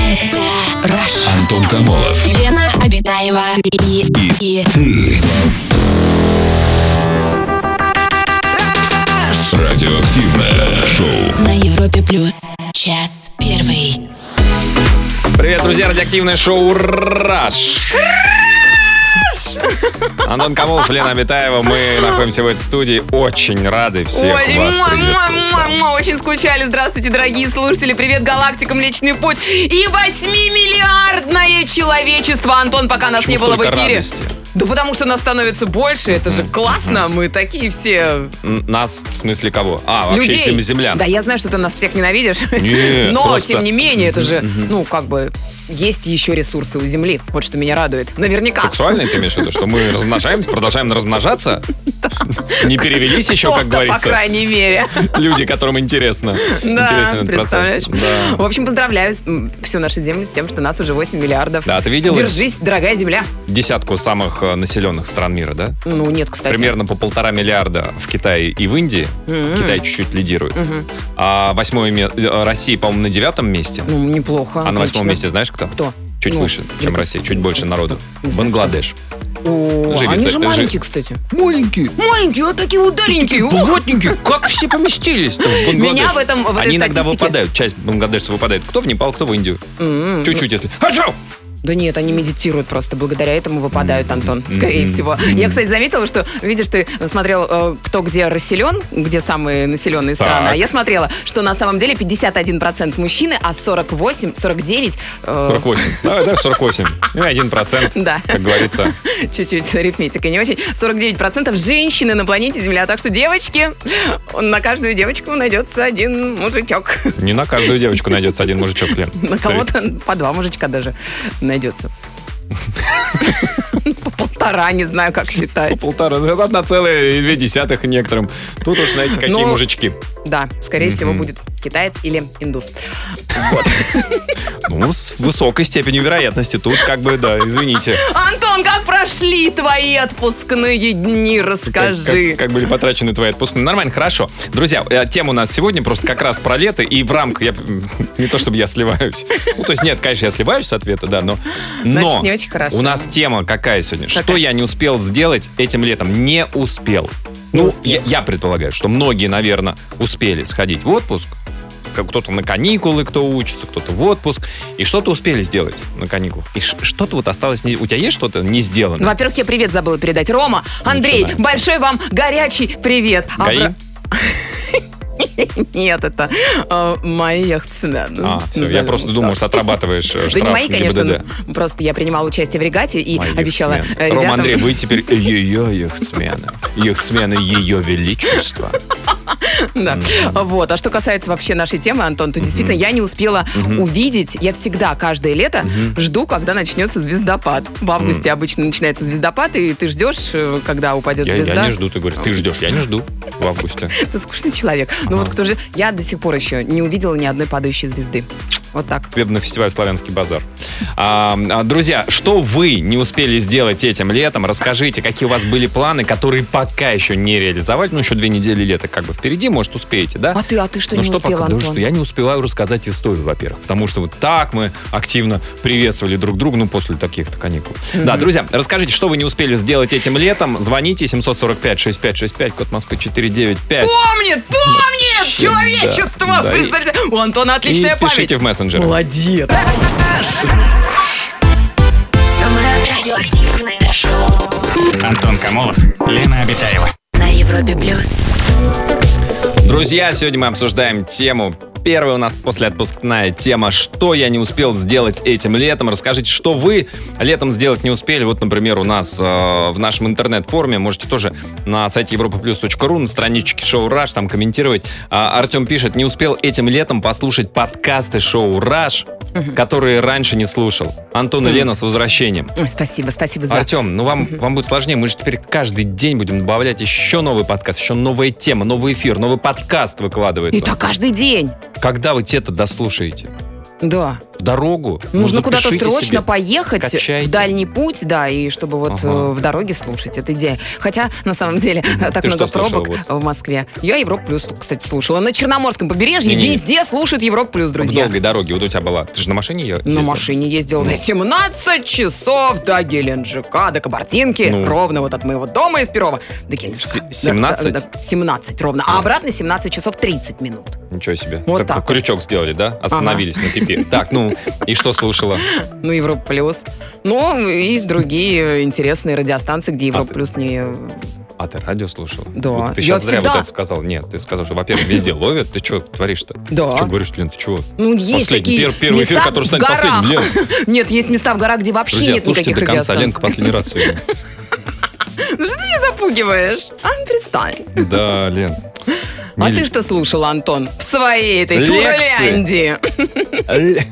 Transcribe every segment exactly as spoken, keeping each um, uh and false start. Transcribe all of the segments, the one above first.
Это Rush. Антон Камолов. Лена Обитаева. И, и, и ты. Радиоактивное шоу на Европе Плюс. Час первый. Привет, друзья, радиоактивное шоу Rush. Антон Камолов, Лена Обитаева. Мы находимся в этой студии. Очень рады всех Ой, вас муа, приветствовать. муа, муа, очень скучали. Здравствуйте, дорогие слушатели. Привет, галактика, Млечный Путь и восьмимиллиардное человечество. Антон, пока нас Почему не было в столько эфире. радости? Да потому что нас становится больше. Это же классно. Мы такие все... Н- Нас, в смысле кого? А, вообще людей. всем землян. Да, я знаю, что ты нас всех ненавидишь. Нет, Но, просто- тем не менее, это же, ну, как бы, есть еще ресурсы у Земли. Вот что меня радует. Наверняка. Сексуальный ты имеешь в виду, что мы размножаемся, продолжаем размножаться? Не перевелись еще, как Кто-то, по говорится, крайней мере. люди, которым интересно. Да, Интересен этот представляешь? процесс. Да. В общем, поздравляю с- м, всю нашу Землю с тем, что нас уже восемь миллиардов. Да, ты видела Держись, дорогая Земля. десятку самых э, населенных стран мира, да? Ну, нет, кстати. Примерно по полтора миллиарда в Китае и в Индии. Мгм. Китай чуть-чуть лидирует. Мгм. А восьмое ме- э, Россия, по-моему, на девятом месте. Ну, неплохо. А на восьмом отлично. месте знаешь кто? Кто? Чуть Ну, выше, чем или- Россия, чуть больше народу. Не знаю, Бангладеш. О, Живи, они с- же жи- маленькие, кстати. Маленькие. Маленькие, вот такие удаленькие. Ух. Плотненькие. Как все поместились-то в Бангладеш? Меня в этом- в этой Они иногда статистике- выпадают, часть бангладешцев выпадает. Кто в Непал, кто в Индию. М-м. Чуть-чуть, если... Хачу! Да нет, они медитируют просто, благодаря этому выпадают, Антон, скорее Мгм. всего. Я, кстати, заметила, что, видишь, ты смотрел, э, кто где расселен, где самые населенные страны, Так. а я смотрела, что на самом деле пятьдесят один процент мужчины, а сорок восемь, сорок девять... э, сорок восемь. Давай, да, сорок восемь. И один процент, Да. как говорится. Чуть-чуть арифметика не очень. сорок девять процентов женщины на планете Земля. Так что, девочки, на каждую девочку найдется один мужичок. Не на каждую девочку найдется один мужичок, Лен. На Смотри. кого-то по два мужичка даже найдется. По полтора, не знаю, как считать. Полтора, ну, одна целая и две десятых некоторым. Тут уж, знаете, какие Ну, мужички. Да, скорее всего, будет китаец или индус. Вот. Ну, с высокой степенью вероятности. Тут как бы, да, извините. Антон, как прошли твои отпускные дни? Как, Расскажи. как- как были потрачены твои отпускные. Нормально, хорошо. Друзья, э, тема у нас сегодня просто как раз про лето. И в рамках, я, не то чтобы я сливаюсь. Ну, то есть, нет, конечно, я сливаюсь с ответа, да, но... но Значит, не очень хорошо. у нас тема какая сегодня? Какая? Что я не успел сделать этим летом? Не успел. Не ну, успел. Я, я предполагаю, что многие, наверное, успели сходить в отпуск. Как Кто-то на каникулы, кто учится, кто-то в отпуск. И что-то успели сделать на каникулах. И ш- что-то вот осталось... Не... У тебя есть что-то не сделано? Ну, во-первых, тебе привет забыла передать. Рома, Андрей, Начинается. большой вам горячий привет. А ГАИ? про- Нет, это э, мои яхтсмены. А, все, я Назовем просто так. думал, что отрабатываешь э, Да штраф не мои, конечно, ГИБДД. ну, просто я принимала участие в регате и Мои обещала яхтсмены. э, Рома, ребятам... Андрей, вы теперь ее яхтсмены. Яхтсмены ее величества. Да. Вот. А что касается вообще нашей темы, Антон, то действительно я не успела увидеть. Я всегда каждое лето жду, когда начнется звездопад. В августе обычно начинается звездопад, и ты ждешь, э, когда упадет Я, звезда. я не жду, ты говоришь. Ты ждешь, я не жду в августе. Ты скучный человек. Ну вот кто же... Я до сих пор еще не увидела ни одной падающей звезды. Вот так. Еду на фестиваль «Славянский базар». А, а, друзья, что вы не успели сделать этим летом? Расскажите, какие у вас были планы, которые пока еще не реализовали. Ну, еще две недели лета как бы впереди, может, успеете, да? А ты, а ты что Ну не что успела, пока? Да Антон? что, я не успеваю рассказать историю, во-первых. Потому что вот так мы активно приветствовали друг друга, ну, после таких-то каникул. Да, друзья, расскажите, что вы не успели сделать этим летом. Звоните семь сорок пять шестьдесят пять шестьдесят пять, код Москвы четыре девять пять. Помнит, помнит! Да, Человечество! да. Представьте, у Антона отличная И память. пишите в мессенджеры. Молодец. самое радиоактивное шоу Антон Камолов, Лена Обитаева. на Европе Плюс. Друзья, сегодня мы обсуждаем тему. Первая у нас послеотпускная тема «Что я не успел сделать этим летом?». Расскажите, что вы летом сделать не успели. Вот, например, у нас э, в нашем интернет-форуме, можете тоже на сайте европа плюс точка ру, на страничке шоу Rush, там комментировать. А, Артем пишет: не успел этим летом послушать подкасты шоу Rush, которые раньше не слушал. Антон и Лена, с возвращением. Ой, Спасибо, спасибо за... Артем, ну вам, вам будет сложнее. Мы же теперь каждый день будем добавлять еще новый подкаст, еще новая тема, новый эфир, новый подкаст выкладывается. И так каждый день. Когда вы те-то дослушаете? Да. В дорогу. Нужно Ну, куда-то запишите срочно себе, поехать скачайте. в дальний путь, да, и чтобы вот Ага. э, в дороге слушать. Это идея. Хотя, на самом деле, так Ты много что слушала, пробок в Москве. Я Европу Плюс, кстати, слушала. На Черноморском побережье Не-не. везде слушают Европу Плюс, В друзья. долгой дороге. Вот у тебя была. Ты же на машине е- На ездила? машине ездила на семнадцать часов до Геленджика, до Кабардинки, Ну. ровно вот от моего дома из Перова до Геленджика. С- семнадцать? Да, да, да, семнадцать ровно. А обратно семнадцать часов тридцать минут. Ничего себе. Вот так, так вот. крючок сделали, да? Остановились на пипи. Так, ну, и что слушала? Ну, Европа Плюс. Ну, и другие интересные радиостанции, где Европа ты- Плюс не... А, ты радио слушала? Да. Вот ты Я сейчас зря всегда- вот это сказал. Нет, ты сказал, что, во-первых, везде ловят. Ты что творишь-то? Да. Ты что говоришь, Лен, ты чего? Ну, есть Последний, такие пер- первый эфир, места который в станет горах. последним, Лен. Нет, есть места в горах, где вообще Друзья, нет слушайте никаких до конца. радиостанций. Ленка последний раз сегодня. Ну, что ты меня запугиваешь? А, перестань. Да, Лен. А Не ты ли- что слушал, Антон, в своей этой Лекции. Турляндии?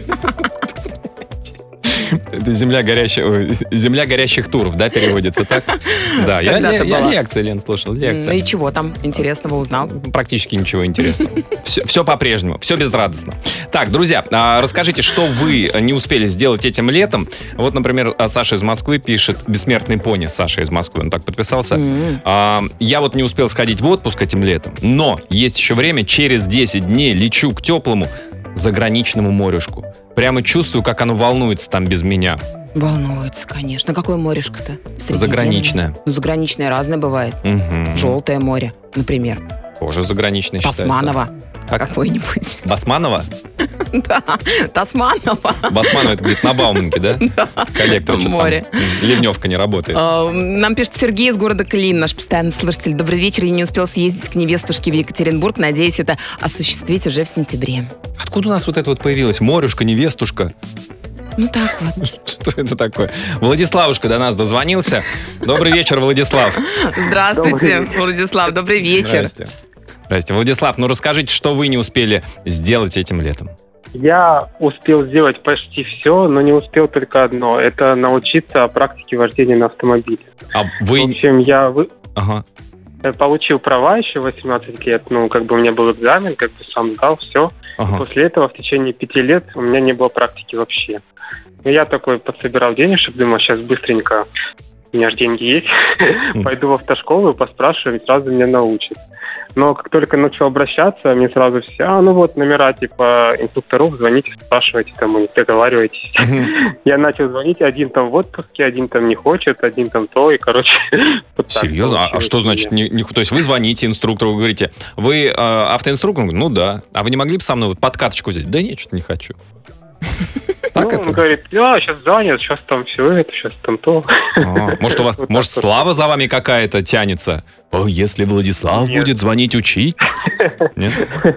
Это земля горящих, ой, земля горящих туров, да, переводится так? Да, я, Когда-то я была. лекции, Лен, слушал, Ну лекции. и чего там интересного узнал? Практически ничего интересного. Все, все по-прежнему, все безрадостно. Так, друзья, а, расскажите, что вы не успели сделать этим летом. Вот, например, Саша из Москвы пишет, бессмертный пони, Саша из Москвы, он так подписался. М. А, я вот не успел сходить в отпуск этим летом, но есть еще время, через десять дней лечу к теплому заграничному морюшку. Прямо чувствую, как оно волнуется там без меня. Волнуется, конечно. Какое морешко-то? Средиземное? Заграничное. Ну, заграничное разное бывает. Мгм. Желтое море, например. Тоже заграничное считается. Тасманово. Как? Какое-нибудь. Басманова? Да, Тасманово. Басманова это где-то на Бауманке, да? Коллектор что-то море. там. м, Ливневка не работает. А, Нам пишет Сергей из города Клин, наш постоянный слушатель. Добрый вечер. Я не успел съездить к невестушке в Екатеринбург. Надеюсь, это осуществить уже в сентябре. Откуда у нас вот это вот появилось? Морюшка, невестушка. Ну так вот. Что это такое? Владиславушка до нас дозвонился. Добрый вечер, Владислав. Здравствуйте, Владислав. Добрый вечер. Здрасте. Здрасте. Владислав, ну расскажите, что вы не успели сделать этим летом? Я успел сделать почти все, но не успел только одно. Это научиться практике вождения на автомобиле. А В вы... общем, я вы- Ага. э, получил права еще в восемнадцать лет. Ну, как бы у меня был экзамен, как бы сам сдал, все. Ага. После этого в течение пяти лет у меня не было практики вообще. Ну, я такой подсобирал денежек, думаю, сейчас быстренько, у меня же деньги есть, пойду в автошколу, поспрашиваю, и сразу меня научат. Но как только начал обращаться, мне сразу все, а, ну вот номера типа инструкторов, звоните, спрашивайте, там, и договаривайтесь. Мгм. Я начал звонить, один там в отпуске, один там не хочет, один там то, и, короче... вот так Серьезно? А- А получилось что у значит? меня. Не, не- то есть вы звоните инструктору, вы говорите, вы э, автоинструктор? Он говорит, ну да. А вы не могли бы со мной вот подкаточку взять? Да нет, что-то не хочу. Так Ну, это? он говорит, а, сейчас занят, сейчас там все это, сейчас там то. А, Может, у вас, Вот может, так вот. Слава за вами какая-то тянется? О, если Владислав Нет. будет звонить учить? Нет?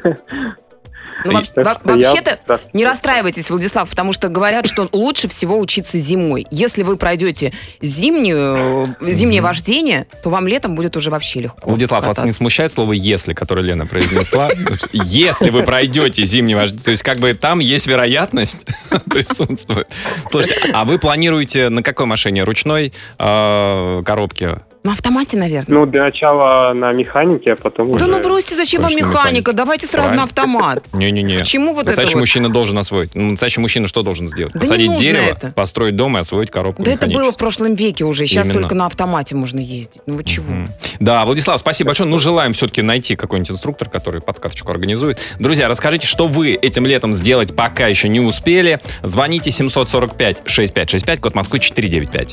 Ну, И- во- Так во- что я- вообще-то, да. не расстраивайтесь, Владислав, потому что говорят, что лучше всего учиться зимой. Если вы пройдете зимнюю, зимнее вождение, то вам летом будет уже вообще легко. Владислав, вас не кататься. смущает слово «если», которое Лена произнесла? Если вы пройдете зимний вождение, то есть как бы там есть вероятность присутствует. Слушайте, а вы планируете на какой машине? Ручной э, коробке? На автомате, наверное. Ну, для начала на механике, а потом Да уже... ну бросьте, зачем вам Конечно, механика? механика. Давайте сразу Правильно. на автомат. Не-не-не. К чему вот это Настоящий вот? мужчина должен освоить. Ну, настоящий мужчина что должен сделать? Да не Посадить нужно дерево, это. построить дом и освоить коробку Да это было в механическую. прошлом веке уже. Сейчас Именно. только на автомате можно ездить. Ну вы чего? Мгм. Да, Владислав, спасибо большое. Ну, желаем все-таки найти какой-нибудь инструктор, который подкаточку организует. Друзья, расскажите, что вы этим летом сделать пока еще не успели. Звоните семь сорок пять шестьдесят пять шестьдесят пять, код Москвы четыре девять пять.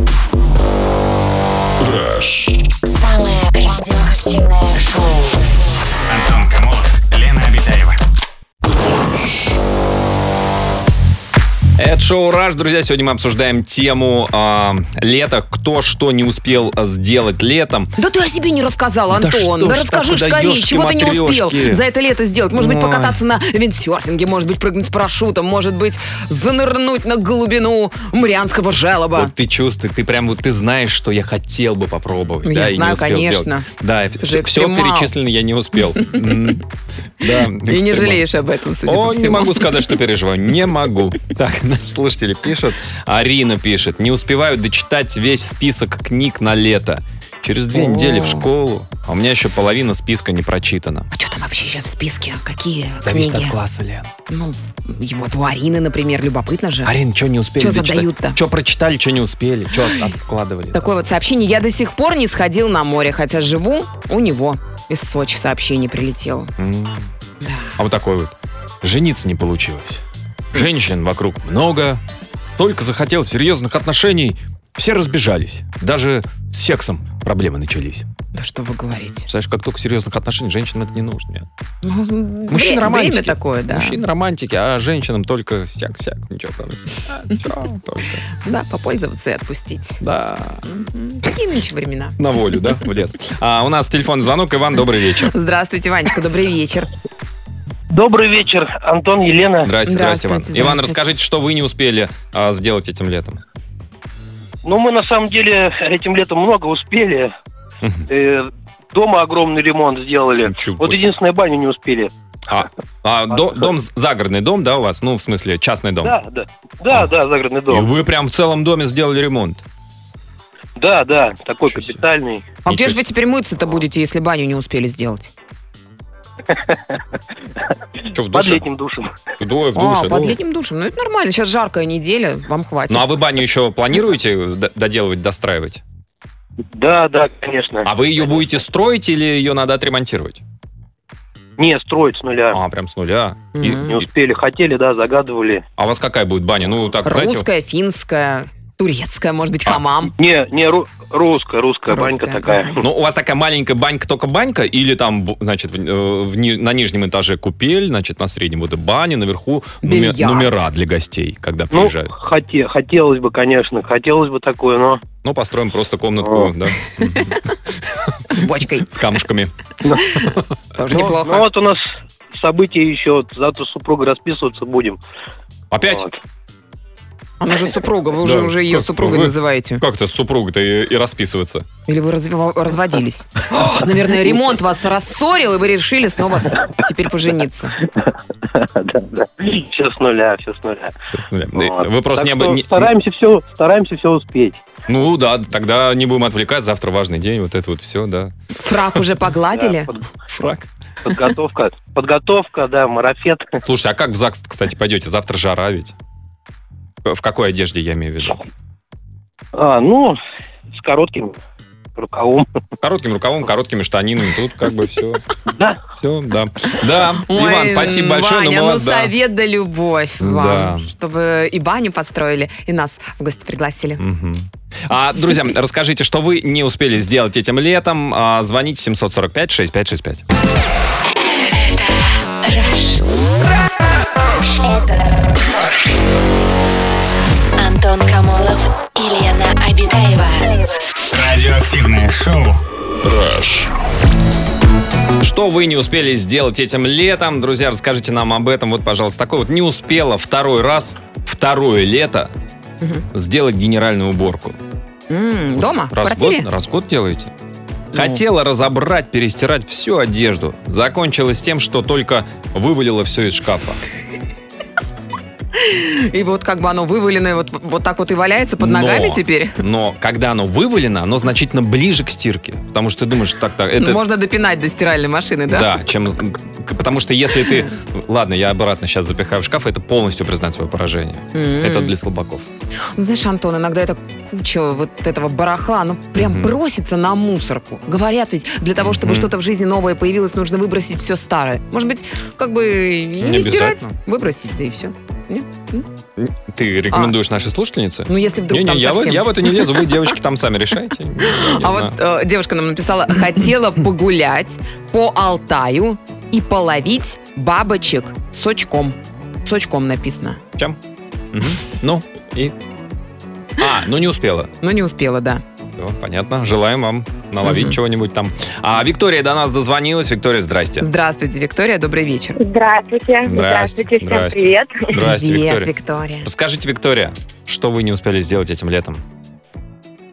Самое радиоактивное шоу. Антон Камолов, Лена Обитаева. Это шоу «Раш», друзья. Сегодня мы обсуждаем тему э, лета. Кто что не успел сделать летом. Да ты о себе не рассказал, Да Антон. что Да ж расскажи такое, скорее, даёшки, чего ты не успел матрёшки. за это лето сделать. Может быть, Ой. покататься на виндсерфинге, может быть, прыгнуть с парашютом, может быть, занырнуть на глубину Марианского желоба. Вот ты чувствуешь, ты прям вот ты знаешь, что я хотел бы попробовать. Ну, да, я и не знаю, успел конечно. сделать. Да, Ты же все экстремал. перечислено я не успел. М. Да, И не экстремал. жалеешь об этом, судя О, по не всему. могу сказать, что переживаю. Не могу. Так, наши слушатели пишут. Арина пишет. Не успеваю дочитать весь список книг на лето. Через две О. недели в школу, а у меня еще половина списка не прочитана. А что там вообще сейчас в списке? Какие Зависит книги? от класса, Лен. Ну, и вот у Арины, например, любопытно же. Арин, что не успели Чё дочитать? задают-то? Что прочитали, что не успели? Что откладывали? Такое вот сообщение. Я до сих пор не сходил на море, хотя живу у него. Из Сочи сообщение прилетело. М. Да. А вот такой вот. Жениться не получилось. Женщин вокруг много. Только захотел серьезных отношений, все разбежались. Даже с сексом проблемы начались. Да что вы говорите? Представляешь, как только серьезных отношений, женщинам это не нужно. Нет. Ну, Мужчины вре- романтики. Время такое, да. Мужчины романтики, а женщинам только всяк-всяк. Ничего, кроме. А, ничего, только. Да, попользоваться и отпустить. Да. Мгм. Какие нынче времена? На волю, да, в лес. А, у нас телефонный звонок. Иван, добрый вечер. Здравствуйте, Ванечка, добрый вечер. Добрый вечер, Антон, Елена. Здрасте, здрасте, Иван. Здравствуйте, Иван, здравствуйте. расскажите, что вы не успели а, сделать этим летом? Ну, мы на самом деле этим летом много успели. Мгм. Э, Дома огромный ремонт сделали. Ничего Вот себе. единственное, баню не успели. А, а, до- дом, загородный дом, да, у вас? Ну, в смысле, частный дом? Да, да. Да, да, загородный И дом. вы прям в целом доме сделали ремонт? Да, да, такой Ничего себе. капитальный. А где Ничего же вы теперь мыться-то будете, если баню не успели сделать? Что, в Под душе? летним душем. В душе, в А, душе, под ну. летним душем. Ну, это нормально. Сейчас жаркая неделя, вам хватит. Ну, а вы баню еще планируете д- доделывать, достраивать? Да, да, конечно. А вы ее будете строить или ее надо отремонтировать? Не, строить с нуля. А, прям с нуля. И- Мгм. Не успели, хотели, да, загадывали. а у вас какая будет баня? Ну, так, знаете... Русская, финская, турецкая, может быть, А. хамам. Не, не, ру- русская, русская, банька Русская, такая. ага. Ну, у вас такая маленькая банька, только банька, или там, б- значит, в- э, в ни- на нижнем этаже купель, значит, на среднем вот и баня, наверху нуме- Бильярд. номера для гостей, когда Ну, приезжают. хоте- хотелось бы, конечно, хотелось бы такое, но... Ну, построим просто комнатку, О. да, С бочкой. с камушками. Тоже Ну, неплохо. ну, вот у нас события еще, вот завтра с супругой расписываться будем. Опять? Вот. Она же супруга, вы уже, Да. уже ее Как- супругой вы- называете. Как-то с супругой-то и, и расписываться. Или вы разви- разводились? О, наверное, ремонт вас рассорил, и вы решили снова теперь пожениться. Да, да. Все с нуля, все с нуля. С нуля. Вот. Вы просто Так не, что не- стараемся все, стараемся все успеть. Ну да, тогда не будем отвлекать. Завтра важный день, вот это вот все, да. Фрак уже погладили? Да, под- Фрак. подготовка, подготовка, да, марафет. Слушайте, а как в ЗАГС, кстати, пойдете? Завтра жара ведь. В какой одежде, я имею в виду? А, ну, с коротким рукавом. Коротким рукавом, короткими штанинами. Тут как бы все. Да. Все, да. Да, Ой, Иван, спасибо большое. Ваня, но мы ну вас, да. совет да любовь Да. вам, чтобы и баню построили, и нас в гости пригласили. Мгм. А, друзья, расскажите, что вы не успели сделать этим летом. А, звоните семь сорок пять шестьдесят пять шестьдесят пять. Антон Камолов и Лена Обитаева. Радиоактивное шоу. Что вы не успели сделать этим летом? Друзья, расскажите нам об этом. Вот, пожалуйста, такой вот не успела второй раз, второе лето сделать генеральную уборку. М, Дома? В Раз в квартире? год, раз в год делаете? Ну. Хотела разобрать, перестирать всю одежду. Закончилось тем, что только вывалила все из шкафа. И вот как бы оно вываленное вот, вот так вот и валяется под Но- ногами теперь. Но когда оно вывалено, оно значительно ближе к стирке. Потому что ты думаешь, так, так, это... Ну, можно допинать до стиральной машины, да? Да, чем... Потому что если ты... Ладно, я обратно сейчас запихаю в шкаф, это полностью признать свое поражение. М. Это для слабаков. Ну, знаешь, Антон, иногда эта куча вот этого барахла, ну, прям Мгм. бросится на мусорку. Говорят ведь, для того, чтобы Мгм. что-то в жизни новое появилось, нужно выбросить все старое. Может быть, как бы и не, Не стирать, обязательно. выбросить, да и все. Нет? М? Ты рекомендуешь нашей слушательнице? Ну, если вдруг Не-не, там я, в- совсем... я в это не лезу, вы, девочки, там сами решайте. Не А знаю. вот э, девушка нам написала, хотела погулять по Алтаю и половить бабочек с очком. С очком написано. Чем? Мгм. Ну, и... А, ну не успела. Но не успела, да. Всё, понятно. Желаем вам наловить Мгм. чего-нибудь там. А Виктория до нас дозвонилась. Виктория, здрасте. Здравствуйте, Виктория, добрый вечер. Здравствуйте. Здравствуйте, всем Здрасте. привет. Здрасте, Привет, Виктория. Виктория. Расскажите, Виктория, что вы не успели сделать этим летом?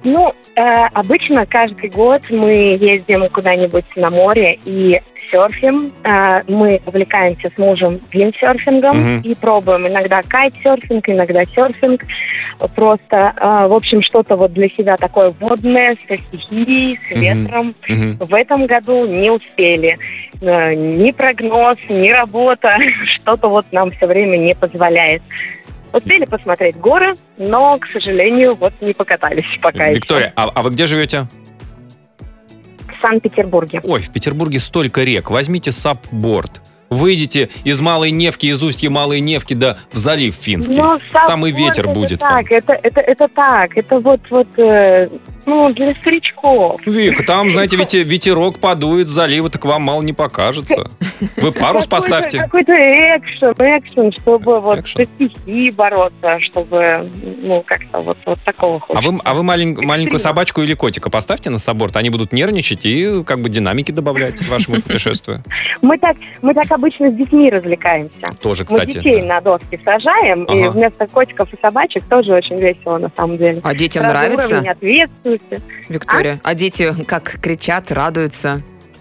Ну, э, обычно каждый год мы ездим куда-нибудь на море и серфим. Э, мы увлекаемся с мужем виндсерфингом Мгм. и пробуем иногда кайтсерфинг, иногда серфинг. Просто, э, в общем, что-то вот для себя такое водное, со стихией, с Мгм. ветром. Мгм. В этом году не успели. Э, Ни прогноз, ни работа. Что-то вот нам все время не позволяет. Успели посмотреть горы, но, к сожалению, вот не покатались пока Виктория, а, а вы где живете? еще. В Санкт-Петербурге. Ой, в Петербурге столько рек. Возьмите сапборд. Выйдите из Малой Невки, из устья Малой Невки, да в залив Финский. Но Там и ветер это будет. Так, там. это, это, это так. Это вот, вот э, ну, для старичков. Вик, там, знаете, ветер, ветерок подует с залива, так вам мало не покажется. Вы парус Какой-то- поставьте. Какой-то экшен, экшен, чтобы вот Экшен. со стихией бороться, чтобы, ну, как-то вот, вот такого А хочется. вы, а вы малень- маленькую Экстрим. собачку или котика поставьте на сабборд, они будут нервничать и как бы динамики добавлять к вашему путешествию. Мы так, мы так обычно с детьми развлекаемся. Тоже, Мы кстати. детей да. на доски сажаем, и Ага. вместо котиков и собачек тоже очень весело, на самом деле. А детям Разный нравится, уровень ответственности. Виктория? А дети как кричат, радуются?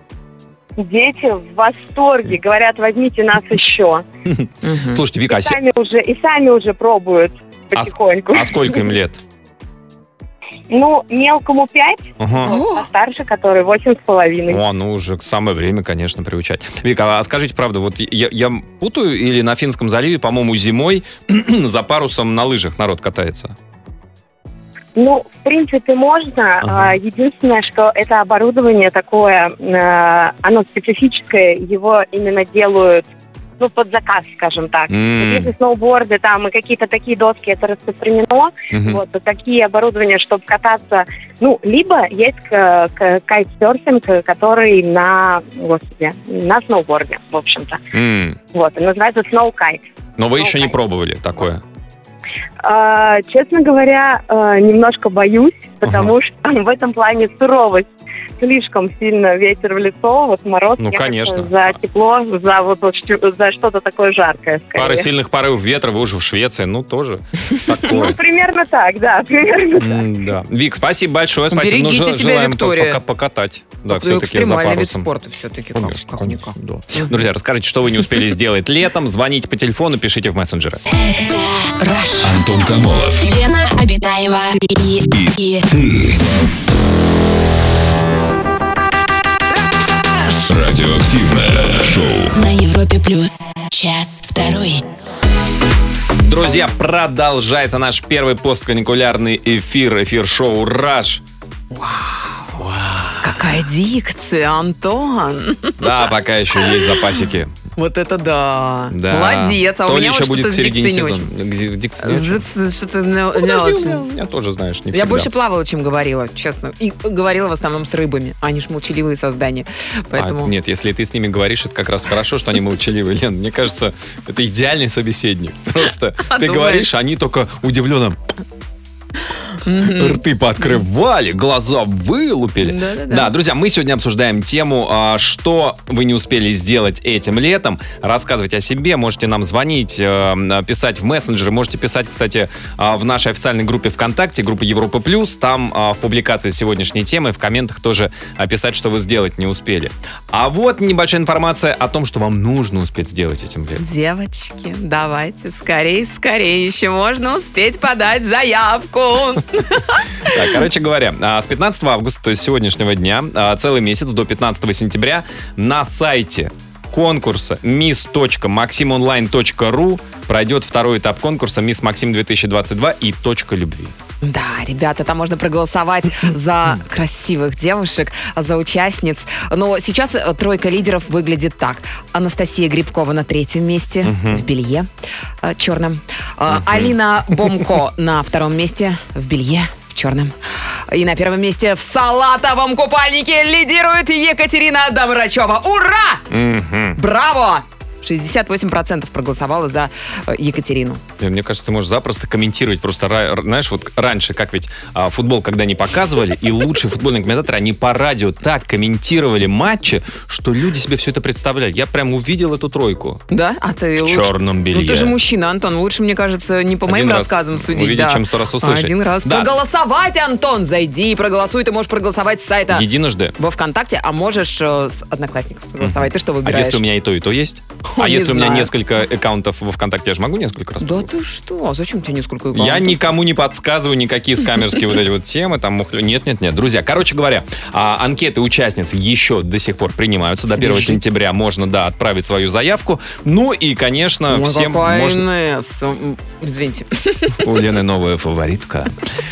Дети в восторге, говорят, возьмите нас еще. Мгм. Слушайте, Вика, И а, се- сами уже, и сами уже пробуют А с- потихоньку. а сколько им лет? Ну, мелкому пять, Ага. вот, а старше, который восемь с половиной. О, ну уже самое время, конечно, приучать. Вика, а скажите, правда, вот я, я путаю или на Финском заливе, по-моему, зимой за парусом на лыжах народ катается? Ну, в принципе, можно. Ага. А, Единственное, что это оборудование такое, э, оно специфическое, его именно делают, ну, под заказ, скажем так. М. Если сноуборды там и какие-то такие доски, это распространено. Мгм. Вот, то такие оборудования, чтобы кататься, ну, либо есть к- к- кайтсерфинг, который на, господи, на сноуборде, в общем-то. М. Вот, и называется сноукайт. Но вы еще не Окей. пробовали такое? А, честно говоря, э, немножко боюсь, потому что в этом плане суровость. Слишком сильно ветер в лицо, вот мороз. Ну, я конечно. как-то за тепло, за вот, вот щу- за что-то такое жаркое, скорее. Пара сильных порывов ветра, вы уже в Швеции, ну тоже такое. Ну, примерно так, да, примерно так. М, Да. Вик, спасибо большое, спасибо. Ну, Берегите жел- себя, желаем Виктория. пока- покатать. Да, Это все-таки за экстремальный вид парусом. спорта все-таки. Конечно, Как, конечно, как-никак. да. Друзья, расскажите, что вы не успели сделать летом. Звоните по телефону, пишите в мессенджеры. Антон Камолов. Лена Обитаева и, и Радиоактивное шоу. на Европе плюс. Час второй. Друзья, продолжается наш первый постканикулярный эфир, эфир шоу «Раш». Какая дикция, Антон. Да, пока еще есть запасики. Вот это да. Да. Молодец. А То у ли меня еще вот будет что-то в с середине дикцией не сезона. очень. Г- дикция не очень. З- Что-то не не Подожди, у очень. меня тоже, знаешь, не Я всегда. больше плавала, чем говорила, честно. И говорила в основном с рыбами. Они ж молчаливые создания. Поэтому... А, нет, если ты с ними говоришь, это как раз хорошо, что они молчаливые, Лен. Мне кажется, это идеальный собеседник. Просто ты Думаешь? говоришь, они только удивленно рты пооткрывали, глаза вылупили. Да-да-да. Да, друзья, мы сегодня обсуждаем тему, а, что вы не успели сделать этим летом. Рассказывайте о себе, можете нам звонить, э, писать в мессенджеры, можете писать, кстати, а, в нашей официальной группе ВКонтакте, группа Европа Плюс. Там а, в публикации сегодняшней темы в комментах тоже а, писать, что вы сделать не успели. А вот небольшая информация о том, что вам нужно успеть сделать этим летом. Девочки, давайте скорее, скорее. Еще можно успеть подать заявку. Так, короче говоря, а, с пятнадцатого августа, то есть сегодняшнего дня, а, целый месяц до пятнадцатого сентября на сайте конкурса мисс точка максим онлайн точка ру пройдет второй этап конкурса «Мисс Максим две тысячи двадцать два» и «Точка любви». Да, ребята, там можно проголосовать за красивых девушек, за участниц. Но сейчас э, тройка лидеров выглядит так. Анастасия Грибкова на третьем месте в белье э, черном. Э, Алина Бомко на втором месте в белье в черном. И на первом месте в салатовом купальнике лидирует Екатерина Домрачева. Ура! Мгм. Браво! шестьдесят восемь процентов проголосовало за э, Екатерину. Мне кажется, ты можешь запросто комментировать. Просто, ра- знаешь, вот раньше, как ведь а, футбол, когда не показывали, и лучшие футбольные комментаторы, они по радио так комментировали матчи, что люди себе все это представляли. Я прям увидел эту тройку. Да? А ты В лучше... черном белье. Ну ты же мужчина, Антон. Лучше, мне кажется, не по Один моим раз рассказам судить. увидеть, да. чем сто раз услышать. Один раз. Да. Проголосовать, Антон! Зайди и проголосуй. Ты можешь проголосовать с сайта Единожды. во ВКонтакте, а можешь э, с Одноклассников проголосовать. Ты что А выбираешь? если у меня и то, и то есть? Ой, А не если у меня знаю. несколько аккаунтов во ВКонтакте, я же могу несколько раз? Да ты что? А зачем тебе несколько аккаунтов? Я никому не подсказываю никакие скамерские вот эти вот темы, там, мухлю. Нет, нет, нет. Друзья, короче говоря, а, анкеты участниц еще до сих пор принимаются. До первого Свежие. сентября можно, да, отправить свою заявку. Ну и, конечно, Ой, всем какая можно... Инесса. М, Извините. У Лены новая фаворитка.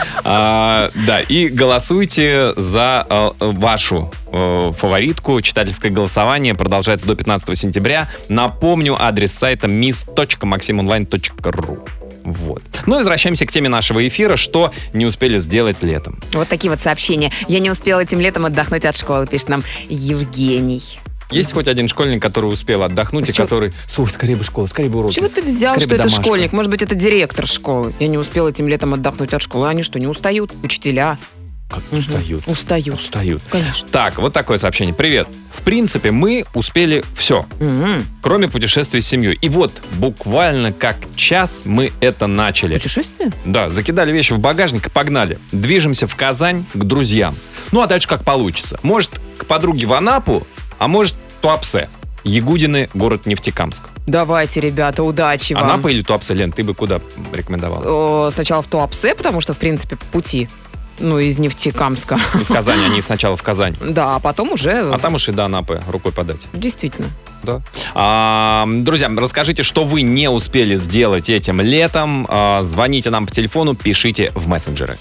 А, да, и голосуйте за а, вашу а, фаворитку. Читательское голосование продолжается до пятнадцатого сентября. Напомню, адрес сайта мисс точка максимонлайн точка ру. Вот. Ну и возвращаемся к теме нашего эфира, что не успели сделать летом. Вот такие вот сообщения. Я не успела этим летом отдохнуть от школы, пишет нам Евгений. Есть хоть один школьник, который успел отдохнуть, А и чё- который... Слушай, скорее бы школа, скорее бы уроки. Чего ты взял, скорее что бы это домашка. школьник? Может быть, это директор школы. Я не успел этим летом отдохнуть от школы. Они что, не устают? Учителя? Как устают. Устают. Устают. Конечно. Так, вот такое сообщение. Привет. В принципе, мы успели все, М-м. кроме путешествий с семьей. И вот буквально как час мы это начали. Путешествие? Да, закидали вещи в багажник и погнали. Движемся в Казань к друзьям. Ну, а дальше как получится. Может, к подруге в Анапу, а может, в Туапсе. Ягудины, город Нефтекамск. Давайте, ребята, удачи вам. Анапа или Туапсе, Лен, ты бы куда рекомендовала? О, сначала в Туапсе, потому что, в принципе, по пути. Ну, из Нефтекамска. Из Казани, они сначала в Казань. Да, а потом уже... А там уж и до Анапы рукой подать. Действительно. Да. А, друзья, расскажите, что вы не успели сделать этим летом. А, звоните нам по телефону, пишите в мессенджеры.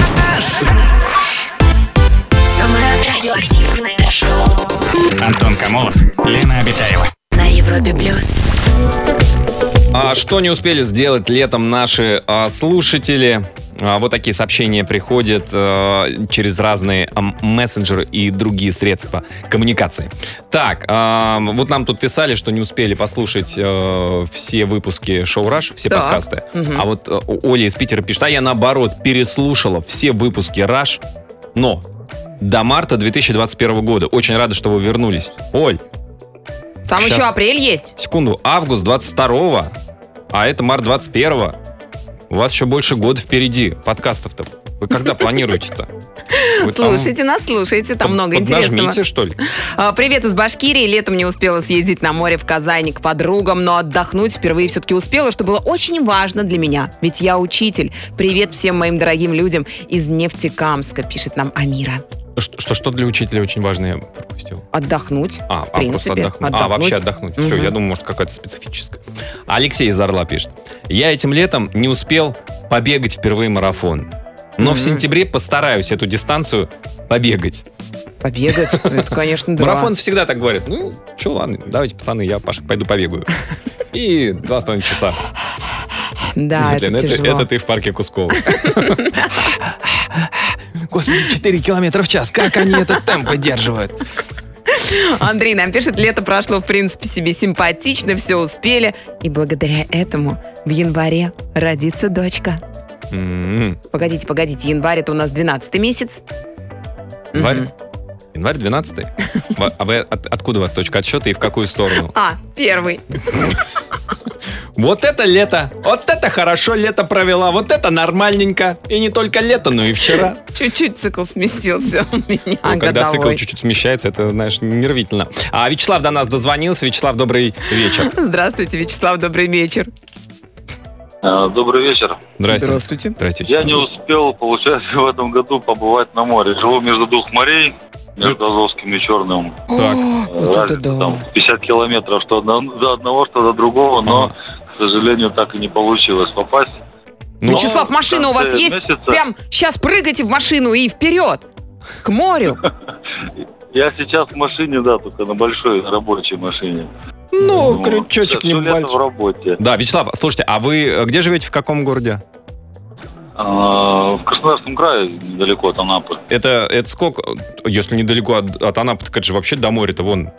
Самое радиоактивное шоу Антон Камолов, Лена Обитаева. на Европе плюс. А, что не успели сделать летом наши а, слушатели? А, вот такие сообщения приходят а, через разные а, мессенджеры и другие средства коммуникации. Так, а, вот нам тут писали, что не успели послушать а, все выпуски Шоу Раш, все Так. подкасты. Мгм. А вот а, Оля из Питера пишет, а я наоборот переслушала все выпуски Раш, но до марта две тысячи двадцать первого года. Очень рада, что вы вернулись. Оль, Там Щас. еще апрель есть. секунду, август двадцать второго, а это март двадцать первого. У вас еще больше года впереди подкастов-то. Вы когда планируете-то? Вы там Слушайте нас, слушайте, там под- много интересного. поднажмите, что ли? А, Привет из Башкирии. Летом не успела съездить на море в Казани к подругам, но отдохнуть впервые все-таки успела, что было очень важно для меня. Ведь я учитель. Привет всем моим дорогим людям из Нефтекамска, пишет нам Амира. Что, что, что для учителя очень важно, я пропустил. Отдохнуть, А, в а, просто принципе. отдохнуть. А, вообще отдохнуть. Все, Мгм. я думаю, может, какое-то специфическое. А Алексей из Орла пишет. Я этим летом не успел побегать впервые марафон. Но в Мгм. сентябре постараюсь эту дистанцию побегать. Побегать, это, конечно, да. Марафон всегда так говорят. Ну, что, ладно, давайте, пацаны, я Паша, пойду побегаю. И два с половиной часа. Да, Лен, это это, тяжело. это ты в парке Кусково. Господи, четыре километра в час. Как они этот темп выдерживают? Андрей нам пишет, лето прошло, в принципе, себе симпатично, все успели. И благодаря этому в январе родится дочка. М-м. Погодите, погодите, январь это у нас двенадцатый месяц. Январь? Мгм. Январь двенадцатый? Ва- А вы от- откуда у вас точка отсчета и в какую сторону? А, первый. Вот это лето! Вот это хорошо лето провела! Вот это нормальненько! И не только лето, но и вчера. Чуть-чуть цикл сместился у меня Ну, когда годовой. цикл чуть-чуть смещается, это, знаешь, нервительно. А Вячеслав до нас дозвонился. Вячеслав, добрый вечер. Здравствуйте, Вячеслав, добрый вечер. А, Добрый вечер. Здрасте. Здравствуйте. Здрасте, Я Вячеслав. не успел, получается, в этом году побывать на море. Живу между двух морей, между Азовским и Черным. Так. О, вот это Разница да. там пятьдесят километров, что одно- до одного, что до другого, но, Ага. к сожалению, так и не получилось попасть. Ну, Вячеслав, машина у вас в конце есть? месяца- Прям сейчас прыгайте в машину и вперед! К морю. Я сейчас в машине, да, только на большой рабочей машине. ну, Вот. крючочек Всё лето в небольшой. работе. Да, Вячеслав, слушайте, а вы э, где живете, в каком городе? А, в Краснодарском крае, недалеко от Анапы. Это, это сколько, если недалеко от, от Анапы, так это же вообще до моря-то вон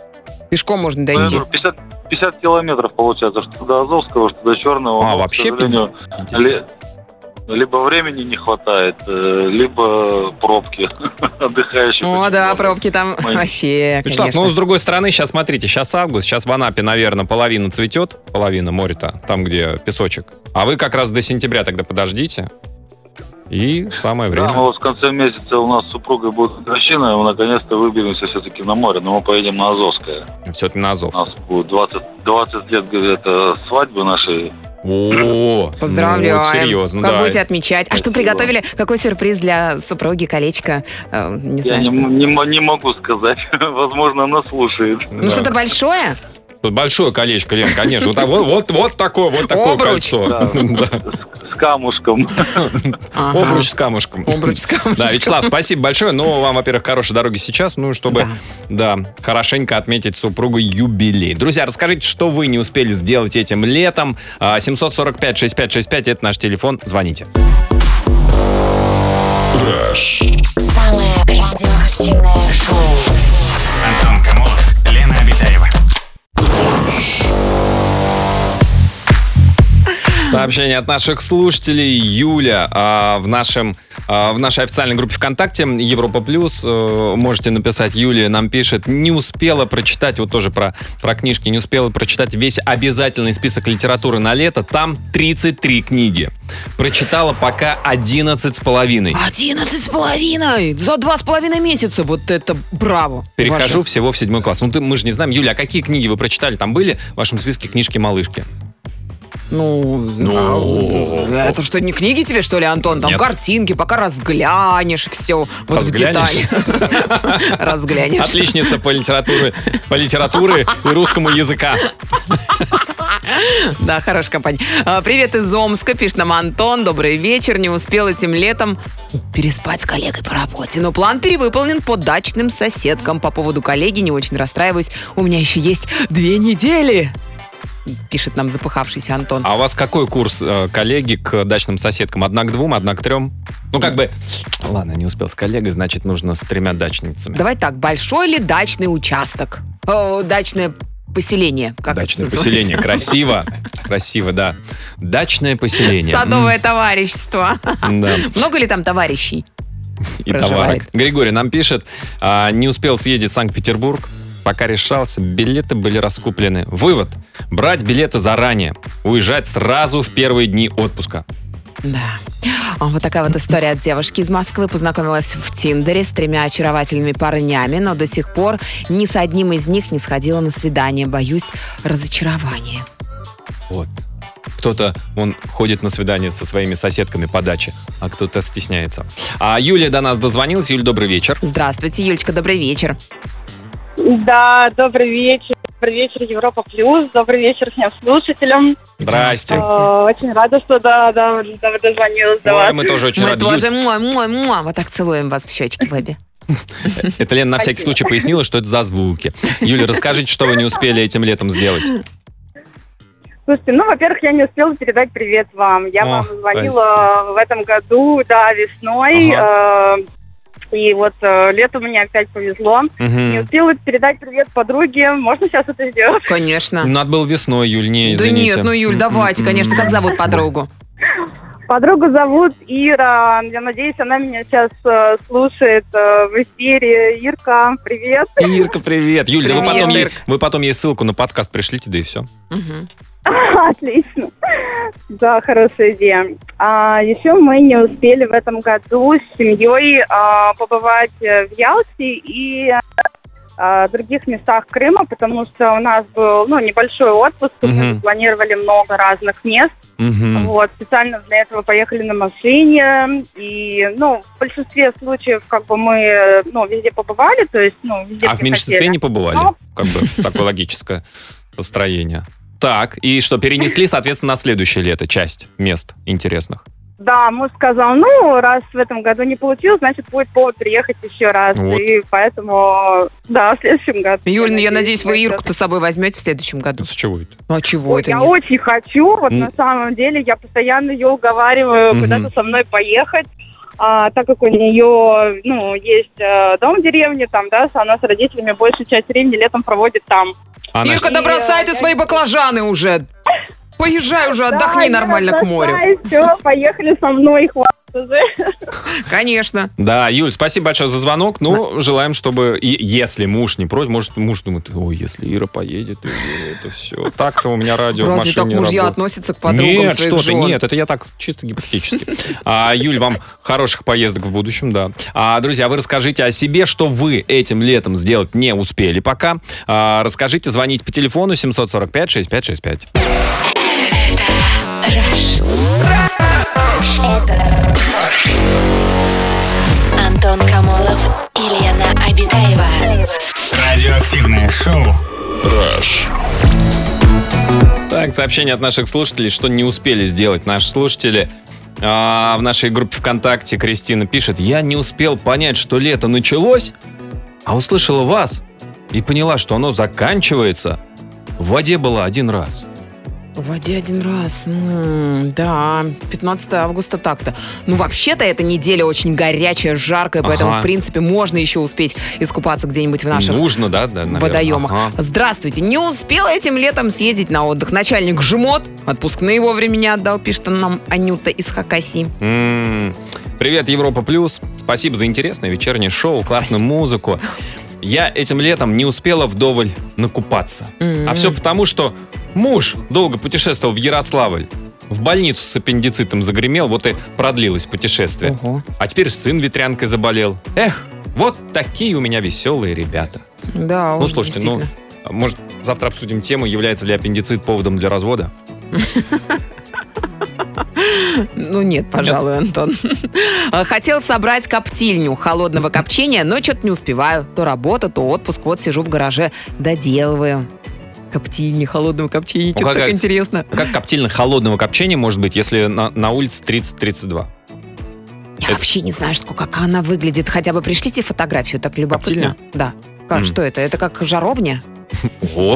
Пешком можно дойти. пятьдесят, пятьдесят километров получается, что до Азовского, что до Черного. А, но, вообще? к сожалению, ли- либо времени не хватает, э, либо пробки отдыхающих. О, да, пробки там Мои. вообще, Вячеслав, конечно. ну, с другой стороны, сейчас, смотрите, сейчас август, сейчас в Анапе, наверное, половина цветет, половина моря-то, там, где песочек. А вы как раз до сентября тогда подождите, и самое время. Да, мы вот в конце месяца у нас с супругой будет годовщина, и мы наконец-то выберемся все-таки на море, но мы поедем на Азовское. Все-таки на У Азовск. нас будет двадцать, двадцать лет это свадьбы нашей. О, Поздравляем. ну, вот серьезно, Как да. будете отмечать? А что Спасибо. приготовили? Какой сюрприз для супруги, колечко? Э, Не Я знаю, не, что. м- не, м- не могу сказать. Возможно, она слушает. Ну, Да. что-то большое? Тут большое колечко, Лен, конечно. Вот, так- вот, вот, вот такое, вот такое Обруч. кольцо. Да. Да. С, с камушком. Ага. Обруч с камушком. Обруч с камушком. Да, Вячеслав, спасибо большое. Ну, вам, во-первых, хорошей дороги сейчас, ну, чтобы, да, хорошенько отметить супругу юбилей. Друзья, расскажите, что вы не успели сделать этим летом. А, семь сорок пять шестьдесят пять шестьдесят пять, это наш телефон. Звоните. Самое радиоактивное шоу. Антон Камолов, Лена Обитаева. Сообщение от наших слушателей. Юля а, в, нашем, а, в нашей официальной группе ВКонтакте Европа Плюс, э, можете написать, Юлия нам пишет, не успела прочитать, вот тоже про, про книжки, не успела прочитать весь обязательный список литературы на лето, там тридцать три книги. Прочитала пока одиннадцать с половиной. Одиннадцать с половиной! За два с половиной месяца! Вот это браво! Перехожу Ваше. всего в седьмой класс. Ну, ты, мы же не знаем, Юля, а какие книги вы прочитали? Там были в вашем списке книжки-малышки? Ну, Ну. а, это что, не книги тебе, что ли, Антон? Там Нет. картинки, пока разглянешь все. Вот в Разглянешь? детали. Разглянешь. Отличница по литературе, по литературе и русскому языка. Да, хорошая компания. А, Привет из Омска, пишет нам Антон. Добрый вечер. Не успел этим летом переспать с коллегой по работе. Но план перевыполнен по дачным соседкам. По поводу коллеги не очень расстраиваюсь. У меня еще есть две недели. Пишет нам запыхавшийся Антон. А у вас какой курс э, коллеги к дачным соседкам? Одна к двум, одна к трем? Ну, как бы... Ладно, не успел с коллегой, значит, нужно с тремя дачницами. Давай так, большой ли дачный участок? О, дачное поселение. Как Дачное это поселение. называется? Красиво. Красиво, да. Дачное поселение. Садовое товарищество. М, Да. Много ли там товарищей? И Проживает. товарок. Григорий нам пишет, а, не успел съездить в Санкт-Петербург, пока решался, билеты были раскуплены. Вывод. Брать билеты заранее. Уезжать сразу в первые дни отпуска. Да. А, Вот такая вот история от девушки из Москвы. Познакомилась в Тиндере с тремя очаровательными парнями, но до сих пор ни с одним из них не сходила на свидание. Боюсь разочарования. Вот. Кто-то, он ходит на свидание со своими соседками по даче, а кто-то стесняется. А Юлия до нас дозвонилась. Юль, добрый вечер. Здравствуйте, Юлечка, добрый вечер. Да, добрый вечер. Добрый вечер, Европа Плюс. Добрый вечер всем слушателям. Здрасте. Э, Очень рада, что да, да, да, дозвонилась до Ой, вас. мы тоже очень Мы рады. тоже муа, муа, муа. Вот так целуем вас в щечки в обе. Юль, это Лена на всякий случай пояснила, что это за звуки. Юля, расскажите, что вы не успели этим летом сделать. Слушайте, ну, во-первых, я не успела передать привет вам. Я О, вам звонила в этом году, да, весной. э, И вот э, летом мне опять повезло. Мгм. Не успела передать привет подруге. Можно сейчас это сделать? Конечно. Надо было весной, Юль, не, Да извините. нет, ну, Юль, давайте, конечно. Как зовут подругу? Подругу зовут Ира. Я надеюсь, она меня сейчас э, слушает э, в эфире. Ирка, привет. Ирка, привет. Юль, да вы Привет, потом, ей, Ирка. вы потом ей ссылку на подкаст пришлите, да и все. Мгм. Отлично. Да, хорошая идея. А, еще мы не успели в этом году с семьей а, побывать э, в Ялте и а, других местах Крыма, потому что у нас был ну, небольшой отпуск, Мгм. мы запланировали много разных мест. Мгм. Вот, специально для этого поехали на машине. И, ну, в большинстве случаев, как бы, мы, ну, везде побывали, то есть, ну, везде А в где меньшинстве хотели. не побывали? Ну. Как бы такое логическое построение. Так, и что, перенесли, соответственно, на следующее лето часть мест интересных? Да, муж сказал, ну, раз в этом году не получилось, значит, будет повод приехать еще раз. Вот. И поэтому, да, в следующем году. Юль, ну я надеюсь, вы мы Ирку-то с собой возьмете в следующем году. Ну, с чего это? Ну а чего Ой, это я нет? очень хочу, вот М. на самом деле, я постоянно ее уговариваю Мгм. куда-то со мной поехать. А, так как у нее, ну, есть э, дом в деревне, там, да, она с родителями большую часть времени летом проводит там. Она... Ирка, да бросай ты свои баклажаны уже. Поезжай уже, отдохни Да, нормально к морю. Все, поехали со мной, хватит уже. Конечно. Да, Юль, спасибо большое за звонок. Ну, желаем, чтобы, и если муж не против, может, муж думает, ой, если Ира поедет, и это все. Так-то у меня радио в Разве машине так мужья работает. относятся к подругам Нет, своих что ты, жен? нет, это я так чисто гипотетически. А, Юль, вам хороших поездок в будущем, да. А, друзья, вы расскажите о себе, что вы этим летом сделать не успели пока. А, расскажите, звоните по телефону семь сорок пять шестьдесят пять шестьдесят пять. Антон Камолов и Лена Обитаева. Радиоактивное шоу. Так, сообщение от наших слушателей, что не успели сделать наши слушатели. А, в нашей группе ВКонтакте Кристина пишет: я не успел понять, что лето началось, а услышала вас и поняла, что оно заканчивается. В воде была один раз. В воде один раз. М, да, пятнадцатого августа так-то. Ну, вообще-то эта неделя очень горячая, жаркая, поэтому, Ага. в принципе, можно еще успеть искупаться где-нибудь в наших Нужно, да, да, наверное. водоемах. Ага. Здравствуйте. Не успела этим летом съездить на отдых. Начальник жмот. Отпускные вовремя не отдал, пишет нам Анюта из Хакасии. М, Привет, Европа Плюс. Спасибо за интересное вечернее шоу, классную Спасибо. музыку. Я этим летом не успела вдоволь накупаться. М. А все потому, что муж долго путешествовал в Ярославль. В больницу с аппендицитом загремел, вот и продлилось путешествие. Ого. А теперь сын ветрянкой заболел. Эх, вот такие у меня веселые ребята. Да, Ну, слушайте, ну, действительно. может, завтра обсудим тему, является ли аппендицит поводом для развода? Ну нет, пожалуй, Антон. Хотел собрать коптильню холодного копчения, но что-то не успеваю. То работа, то отпуск. Вот сижу в гараже, доделываю. Коптильни холодного копчения. Ну, Что-то какая- так интересно. Как коптильно-холодного копчения может быть, если на, на улице тридцать тридцать два? Я Это- вообще не знаю, что, как она выглядит. Хотя бы пришлите фотографию, так любопытно. Коптильня? Да. Как, М. что это? Это как жаровня? О,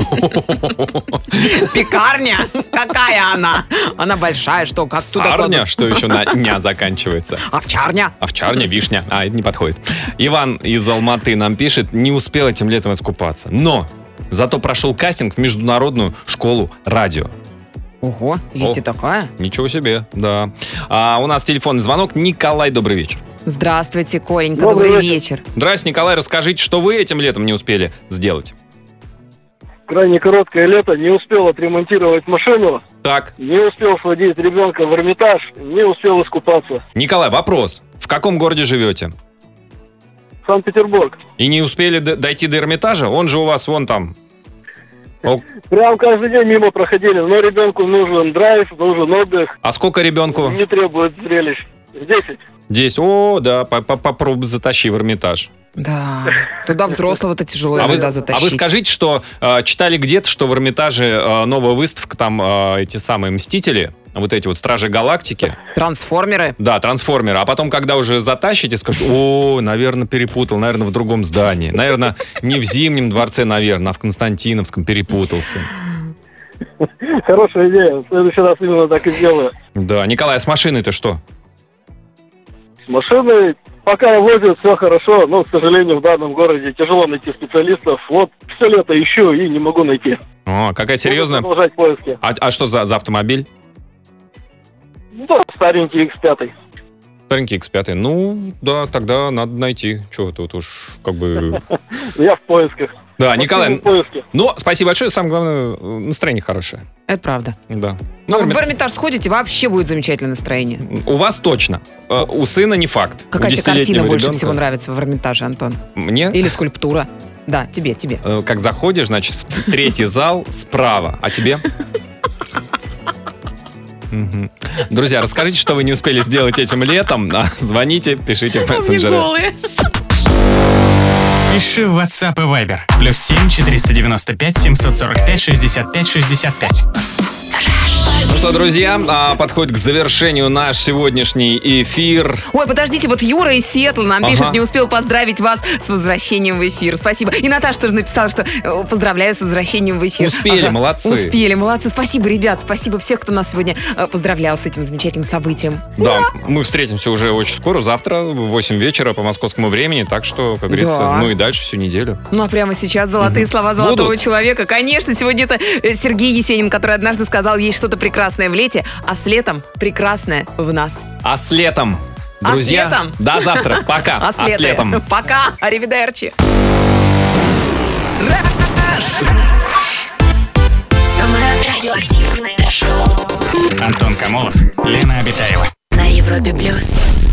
Пекарня? Какая она? Она большая, что? Как туда Сарня, кладут? что еще на ня заканчивается. Овчарня? Овчарня, вишня. А, это не подходит. Иван из Алматы нам пишет: не успел этим летом искупаться. Но зато прошел кастинг в международную школу радио. Ого, есть О. и такая. Ничего себе, да. А у нас телефонный звонок. Николай, добрый вечер. Здравствуйте, Коленька, Добрый добрый вечер. вечер. Здрасте, Николай, расскажите, что вы этим летом не успели сделать? Крайне короткое лето, не успел отремонтировать машину, Так, не успел сводить ребенка в Эрмитаж, не успел искупаться. Николай, вопрос. В каком городе живете? Санкт-Петербург. И не успели д- дойти до Эрмитажа? Он же у вас вон там. О, Прям каждый день мимо проходили, но ребенку нужен драйв, нужен отдых, а сколько ребенку? не требует зрелищ. Десять. Здесь. О, да, по- по- попробуй затащи в Эрмитаж. Да, туда взрослого-то тяжело А вы, иногда а затащить. вы скажите, что э, читали где-то, что в Эрмитаже э, новая выставка, там э, эти самые Мстители, вот эти вот Стражи Галактики. Трансформеры? Да, трансформеры. А потом, когда уже затащите, скажут: о, наверное, перепутал, наверное, в другом здании. Наверное, не в Зимнем дворце, наверное, а в Константиновском перепутался. Хорошая идея. В следующий раз именно так и сделаю. Да, Николай, а с машиной-то что? С машиной пока возят, все хорошо, но, к сожалению, в данном городе тяжело найти специалистов. Вот все лето ищу и не могу найти. О, какая серьезная. Буду продолжать поиски. А, а что за, за автомобиль? Да, старенький икс пять. Старенький икс пять. Ну, да, тогда надо найти. Чего тут уж, как бы... Я в поисках. Да, Николай, В поиске. ну, спасибо большое. Самое главное, настроение хорошее. Это правда. Да. Ну, Ну, в Эрмит- Эрмитаж сходите, вообще будет замечательное настроение. У вас точно. Э, У сына не факт. Какая У тебе картина десятилетнего больше ребенка- всего нравится в Эрмитаже, Антон? Мне? Или скульптура? Да, тебе, тебе. Э, Как заходишь, значит, в третий зал справа. А тебе? Мгм. Друзья, расскажите, что вы не успели сделать этим летом. А, Звоните, пишите в мессенджеры. Пиши в WhatsApp и Viber. Плюс семь четыреста девяносто пять семьсот сорок пять шестьдесят пять шестьдесят пять. Ну что, друзья, а, подходит к завершению наш сегодняшний эфир. Ой, подождите, вот Юра из Сиэтла нам Ага. пишет, не успел поздравить вас с возвращением в эфир. Спасибо. И Наташа тоже написала, что э, поздравляю с возвращением в эфир. Успели, молодцы. Успели, молодцы. Спасибо, ребят, спасибо всех, кто нас сегодня э, поздравлял с этим замечательным событием. Да, мы встретимся уже очень скоро, завтра в восемь вечера по московскому времени, так что, как говорится, Да. ну и дальше всю неделю. Ну а прямо сейчас золотые слова золотого Будут? человека. Конечно, сегодня это э, Сергей Есенин, который однажды сказал, есть что-то прекрасное в лете, а с летом прекрасное в нас. А с летом, А с друзья, летом? до завтра, пока. А с летом. Пока. Аривидерчи. Самое радиоактивное шоу Антон Камолов, Лена Обитаева. на Европе плюс.